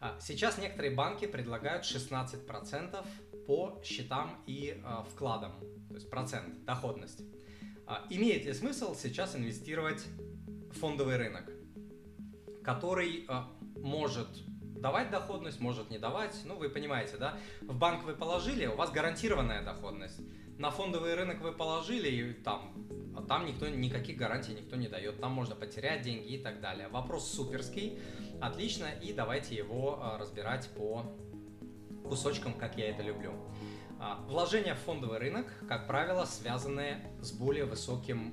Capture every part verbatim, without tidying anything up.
Сейчас некоторые банки предлагают шестнадцать процентов по счетам и вкладам, то есть процент, доходность. Имеет ли смысл сейчас инвестировать в фондовый рынок, который может давать доходность, может не давать? Ну, вы понимаете, да? В банк вы положили, у вас гарантированная доходность. На фондовый рынок вы положили, и там, а там никто, никаких гарантий никто не дает. Там можно потерять деньги и так далее. Вопрос суперский, отлично, и давайте его а, разбирать по кусочкам, как я это люблю. А, вложения в фондовый рынок, как правило, связаны с более высоким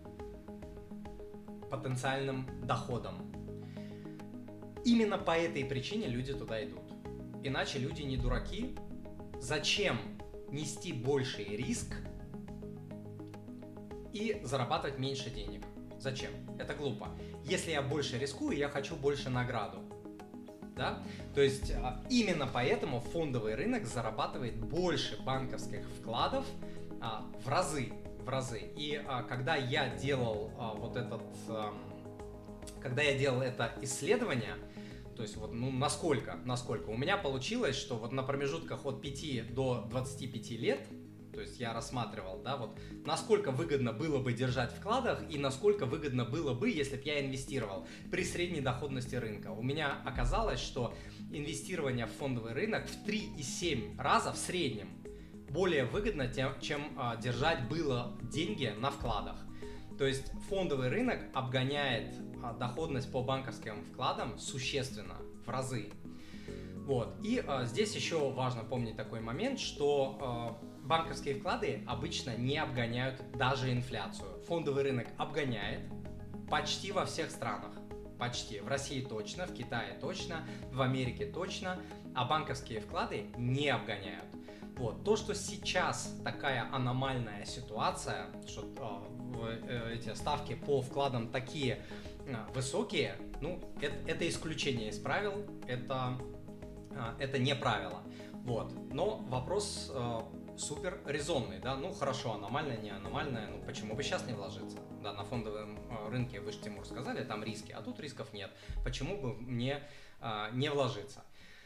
потенциальным доходом. Именно по этой причине люди туда идут. Иначе люди не дураки. Зачем нести больший риск и зарабатывать меньше денег? Зачем? Это глупо. Если я больше рискую, я хочу больше награду. Да? То есть именно поэтому фондовый рынок зарабатывает больше банковских вкладов а, в разы. В разы. И а, когда я делал а, вот этот... А, когда я делал это исследование, то есть вот, ну, насколько, насколько, у меня получилось, что вот на промежутках от пяти до двадцати пяти лет, то есть я рассматривал, да, вот, насколько выгодно было бы держать в вкладах и насколько выгодно было бы, если бы я инвестировал при средней доходности рынка. У меня оказалось, что инвестирование в фондовый рынок в три и семь раза в среднем более выгодно, чем а, держать было деньги на вкладах. То есть фондовый рынок обгоняет а, доходность по банковским вкладам существенно, в разы. Вот. И а, здесь еще важно помнить такой момент, что а, банковские вклады обычно не обгоняют даже инфляцию. Фондовый рынок обгоняет почти во всех странах. Почти. В России точно, в Китае точно, в Америке точно, а банковские вклады не обгоняют. Вот. То, что сейчас такая аномальная ситуация, что э, эти ставки по вкладам такие э, высокие, ну, это, это исключение из правил, это, э, это не правило. Вот. Но вопрос э, супер резонный, да, ну хорошо, аномальная, не аномальная, ну почему бы сейчас не вложиться? Да, на фондовом э, рынке, вы же, Тимур, сказали, там риски, а тут рисков нет, почему бы мне э, не вложиться?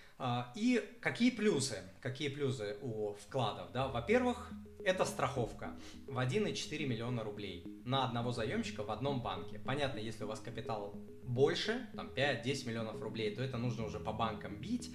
И какие плюсы? Какие плюсы у вкладов? Да? Во-первых, это страховка в один и четыре миллиона рублей на одного заемщика в одном банке. Понятно, если у вас капитал больше, там пять-десять миллионов рублей, то это нужно уже по банкам бить.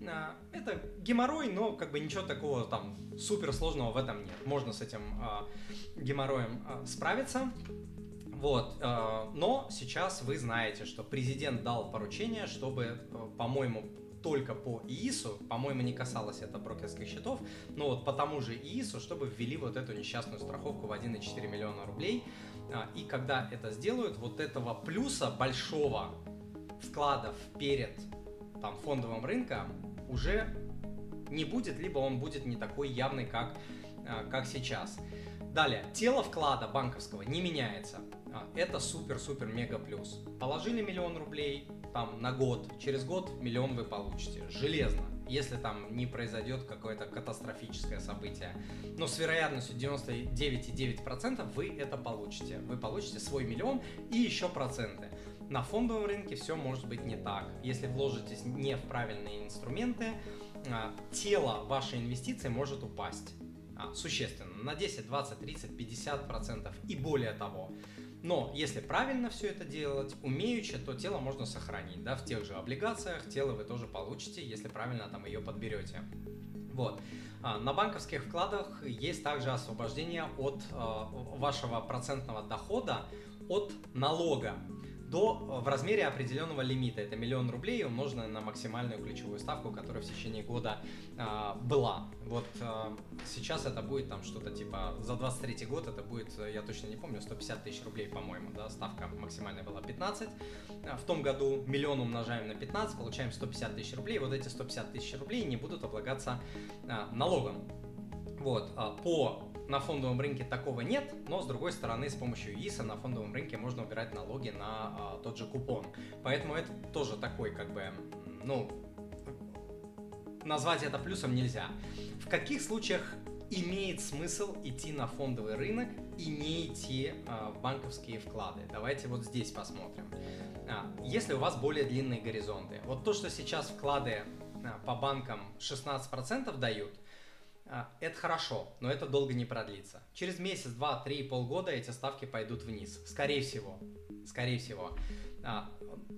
Это геморрой, но как бы ничего такого там суперсложного в этом нет. Можно с этим э, геморроем э, справиться. Вот, э, но сейчас вы знаете, что президент дал поручение, чтобы, э, по-моему, только по ИИСу, по-моему, не касалось это брокерских счетов, но вот по тому же ИИСу, чтобы ввели вот эту несчастную страховку в один и четыре миллиона рублей. И когда это сделают, вот этого плюса большого вкладов перед там, фондовым рынком уже не будет, либо он будет не такой явный, как, как сейчас. Далее, тело вклада банковского не меняется. Это супер-супер-мега плюс. Положили миллион рублей там на год, через год миллион вы получите. Железно. Если там не произойдет какое-то катастрофическое событие. Но с вероятностью девяносто девять целых девять десятых процента вы это получите. Вы получите свой миллион и еще проценты. На фондовом рынке все может быть не так. Если вложитесь не в правильные инструменты, тело вашей инвестиции может упасть. Существенно. На десять, двадцать, тридцать, пятьдесят процентов и более того. Но если правильно все это делать, умеючи, то тело можно сохранить. Да? В тех же облигациях тело вы тоже получите, если правильно там ее подберете. Вот. На банковских вкладах есть также освобождение от вашего процентного дохода от налога до, в размере определенного лимита. Это миллион рублей, умноженное на максимальную ключевую ставку, которая в течение года э, была. Вот э, сейчас это будет там что-то типа, за двадцать третий год это будет, я точно не помню, сто пятьдесят тысяч рублей, по-моему, да, ставка максимальная была пятнадцать. В том году миллион умножаем на пятнадцать, получаем сто пятьдесят тысяч рублей. Вот эти сто пятьдесят тысяч рублей не будут облагаться э, налогом. Вот, э, по На фондовом рынке такого нет, но с другой стороны, с помощью ИИСа на фондовом рынке можно убирать налоги на а, тот же купон. Поэтому это тоже такой, как бы, ну, назвать это плюсом нельзя. В каких случаях имеет смысл идти на фондовый рынок и не идти а, в банковские вклады? Давайте вот здесь посмотрим. А, если у вас более длинные горизонты. Вот то, что сейчас вклады а, по банкам шестнадцать процентов дают, а, это хорошо, но это долго не продлится. Через месяц, два, три, полгода эти ставки пойдут вниз. Скорее всего. Скорее всего. А,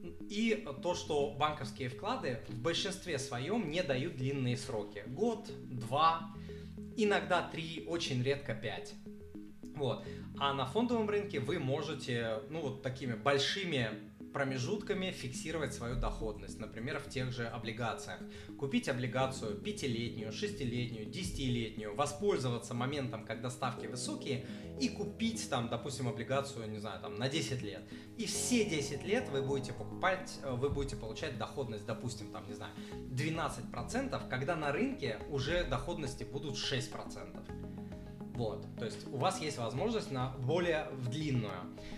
и то, что банковские вклады в большинстве своем не дают длинные сроки. Год, два, иногда три, очень редко пять. Вот. А на фондовом рынке вы можете, ну, вот такими большими промежутками фиксировать свою доходность, например, в тех же облигациях. Купить облигацию пятилетнюю, шестилетнюю, десятилетнюю, воспользоваться моментом, когда ставки высокие, и купить там, допустим, облигацию, не знаю, там на десять лет. И все десять лет вы будете покупать, вы будете получать доходность, допустим, там, не знаю, двенадцать процентов, когда на рынке уже доходности будут шесть процентов. Вот, то есть у вас есть возможность на более в длинную.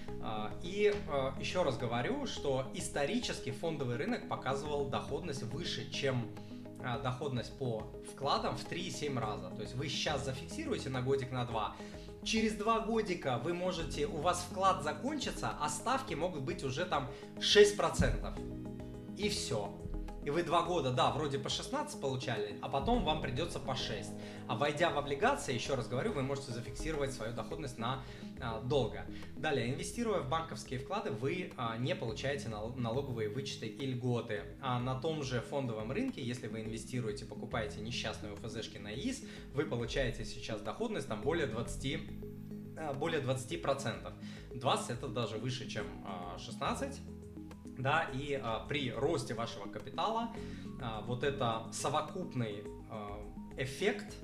И еще раз говорю, что исторически фондовый рынок показывал доходность выше, чем доходность по вкладам в три и семь раза. То есть вы сейчас зафиксируете на годик, на два. Через два годика вы можете, у вас вклад закончится, а ставки могут быть уже там шесть процентов. И все. И вы два года, да, вроде по шестнадцать получали, а потом вам придется по шесть. А войдя в облигации, еще раз говорю, вы можете зафиксировать свою доходность на а, долго. Далее, инвестируя в банковские вклады, вы а, не получаете нал- налоговые вычеты и льготы. А на том же фондовом рынке, если вы инвестируете, покупаете несчастные ОФЗшки на ИИС, вы получаете сейчас доходность там более двадцать, а, более двадцать процентов. двадцать это даже выше, чем а, шестнадцать. Да, и а, при росте вашего капитала а, вот это совокупный а, эффект,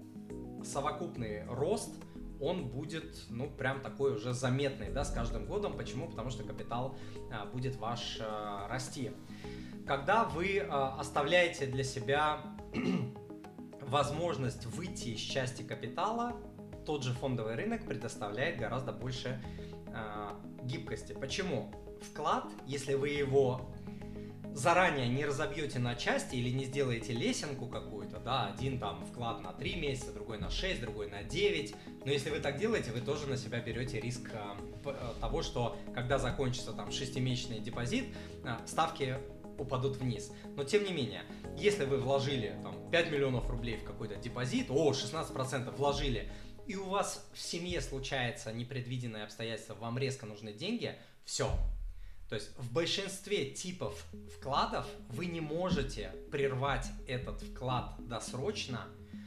совокупный рост, он будет, ну, прям такой уже заметный, да, с каждым годом. Почему? Потому что капитал а, будет ваш а, расти. Когда вы а, оставляете для себя возможность выйти из части капитала, тот же фондовый рынок предоставляет гораздо больше а, гибкости. Почему? Вклад, если вы его заранее не разобьете на части или не сделаете лесенку какую-то, да, один там вклад на три месяца, другой на шесть, другой на девять, но если вы так делаете, вы тоже на себя берете риск э, того, что когда закончится там шестимесячный депозит, э, ставки упадут вниз. Но тем не менее, если вы вложили там пять миллионов рублей в какой-то депозит, о, шестнадцать процентов вложили, и у вас в семье случается непредвиденное обстоятельство, вам резко нужны деньги, все. То есть в большинстве типов вкладов вы не можете прервать этот вклад досрочно,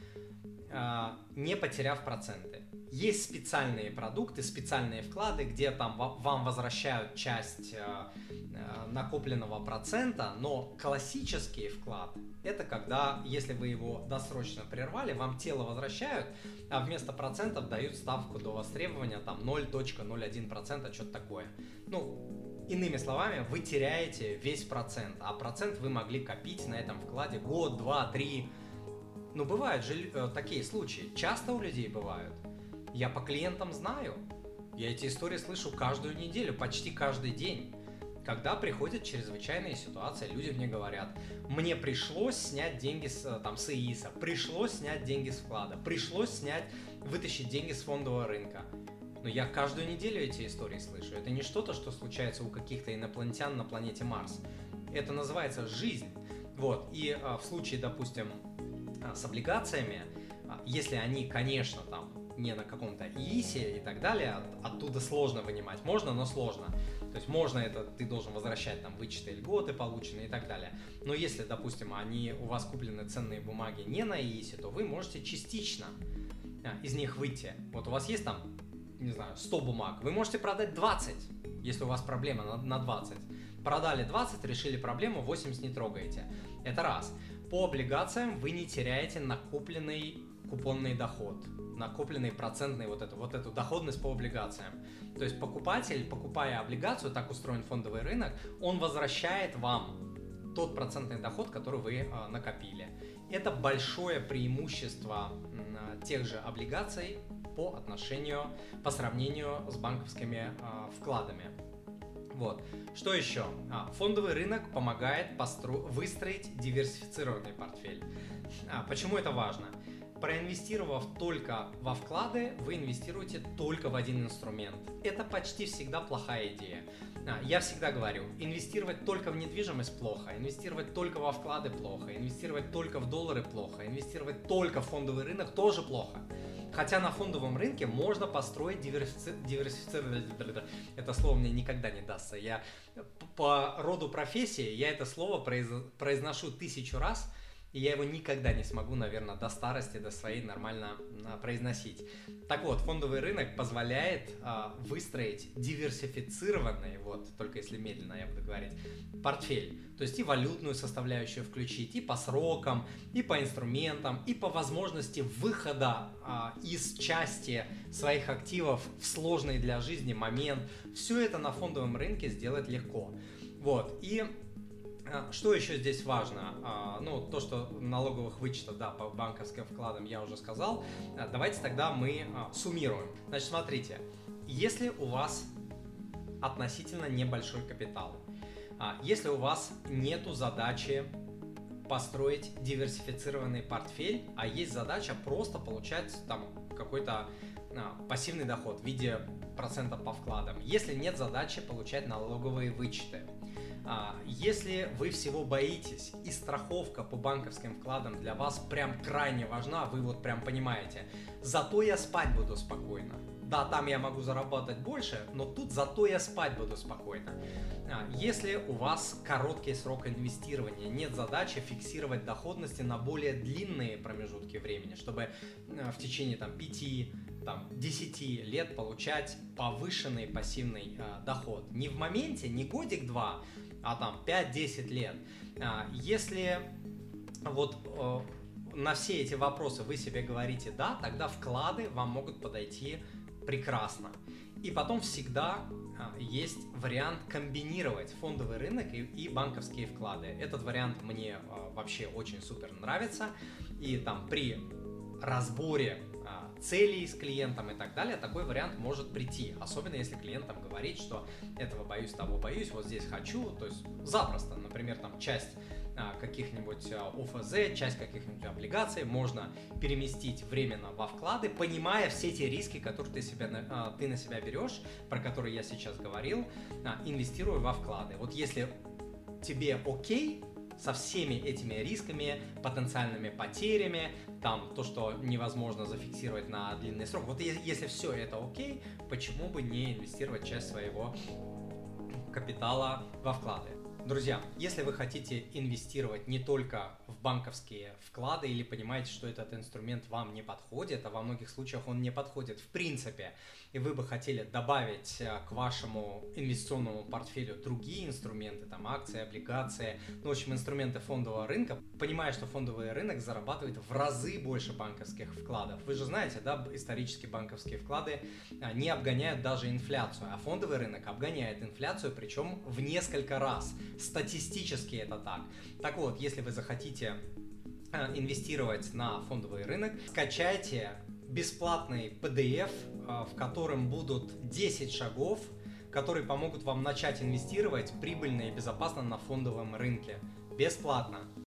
не потеряв проценты. Есть специальные продукты, специальные вклады, где там вам возвращают часть накопленного процента, но классический вклад – это когда, если вы его досрочно прервали, вам тело возвращают, а вместо процентов дают ставку до востребования там ноль целых ноль один процента, что-то такое. Ну, иными словами, вы теряете весь процент, а процент вы могли копить на этом вкладе год, два, три. Ну, бывают же э, такие случаи, часто у людей бывают. Я по клиентам знаю, я эти истории слышу каждую неделю, почти каждый день. Когда приходят чрезвычайные ситуации, люди мне говорят, мне пришлось снять деньги с, там, с ИИСа, пришлось снять деньги с вклада, пришлось снять, вытащить деньги с фондового рынка. Но я каждую неделю эти истории слышу. Это не что-то, что случается у каких-то инопланетян на планете Марс. Это называется жизнь. Вот. И а, в случае, допустим, а, с облигациями, а, если они, конечно, там не на каком-то ИИСе и так далее, от, оттуда сложно вынимать. Можно, но сложно. То есть можно это, ты должен возвращать там вычеты, льготы полученные и так далее. Но если, допустим, они у вас куплены ценные бумаги не на ИИСе, то вы можете частично а, из них выйти. Вот у вас есть там, не знаю, сто бумаг, вы можете продать двадцать, если у вас проблема на, на двадцать. Продали двадцать, решили проблему, восемьдесят не трогаете. Это раз. По облигациям вы не теряете накопленный купонный доход, накопленный процентный вот эту, вот эту доходность по облигациям. То есть покупатель, покупая облигацию, так устроен фондовый рынок, он возвращает вам тот процентный доход, который вы э, накопили. Это большое преимущество э, тех же облигаций по отношению, по сравнению с банковскими э, вкладами. Вот. Что еще? А, фондовый рынок помогает постро... выстроить диверсифицированный портфель. А, почему это важно? Проинвестировав только во вклады, вы инвестируете только в один инструмент. Это почти всегда плохая идея. А, я всегда говорю, инвестировать только в недвижимость плохо, инвестировать только во вклады плохо, инвестировать только в доллары плохо, инвестировать только в фондовый рынок тоже плохо. Хотя на фондовом рынке можно построить диверсифици... диверсифицированный... Это слово мне никогда не дастся. Я по роду профессии, я это слово произ... произношу тысячу раз, и я его никогда не смогу, наверное, до старости, до своей нормально а, произносить. Так вот, фондовый рынок позволяет а, выстроить диверсифицированный, вот, только если медленно я буду говорить, портфель. То есть и валютную составляющую включить, и по срокам, и по инструментам, и по возможности выхода а, из части своих активов в сложный для жизни момент. Все это на фондовом рынке сделать легко. Вот, и... Что еще здесь важно? Ну, то, что налоговых вычетов, да, по банковским вкладам я уже сказал. Давайте тогда мы суммируем. Значит, смотрите, если у вас относительно небольшой капитал, если у вас нету задачи построить диверсифицированный портфель, а есть задача просто получать там какой-то пассивный доход в виде процентов по вкладам, если нет задачи получать налоговые вычеты, если вы всего боитесь и страховка по банковским вкладам для вас прям крайне важна, вы вот прям понимаете, зато я спать буду спокойно. Да, там я могу заработать больше, но тут зато я спать буду спокойно. Если у вас короткий срок инвестирования, нет задачи фиксировать доходности на более длинные промежутки времени, чтобы в течение там, пяти десяти лет получать повышенный пассивный э, доход. Не в моменте, не годик-два, а там пять-десять лет. А, если вот э, на все эти вопросы вы себе говорите «да», тогда вклады вам могут подойти прекрасно. И потом всегда э, есть вариант комбинировать фондовый рынок и, и банковские вклады. Этот вариант мне э, вообще очень супер нравится. И там при разборе целей с клиентом и так далее, такой вариант может прийти. Особенно если клиент там говорит, что этого боюсь, того боюсь, вот здесь хочу. То есть запросто, например, там часть а, каких-нибудь а, ОФЗ, часть каких-нибудь облигаций можно переместить временно во вклады, понимая все те риски, которые ты, себя, а, ты на себя берешь, про которые я сейчас говорил, а, инвестируя во вклады. Вот если тебе окей со всеми этими рисками, потенциальными потерями, там то, что невозможно зафиксировать на длинный срок. Вот если все это окей, почему бы не инвестировать часть своего капитала во вклады? Друзья, если вы хотите инвестировать не только в банковские вклады или понимаете, что этот инструмент вам не подходит, а во многих случаях он не подходит в принципе, и вы бы хотели добавить к вашему инвестиционному портфелю другие инструменты, там акции, облигации, ну, в общем, инструменты фондового рынка, понимая, что фондовый рынок зарабатывает в разы больше банковских вкладов. Вы же знаете, да, исторически банковские вклады не обгоняют даже инфляцию, а фондовый рынок обгоняет инфляцию, причем в несколько раз. Статистически это так. Так вот, если вы захотите инвестировать на фондовый рынок, скачайте бесплатный пи ди эф, в котором будут десять шагов, которые помогут вам начать инвестировать прибыльно и безопасно на фондовом рынке. Бесплатно.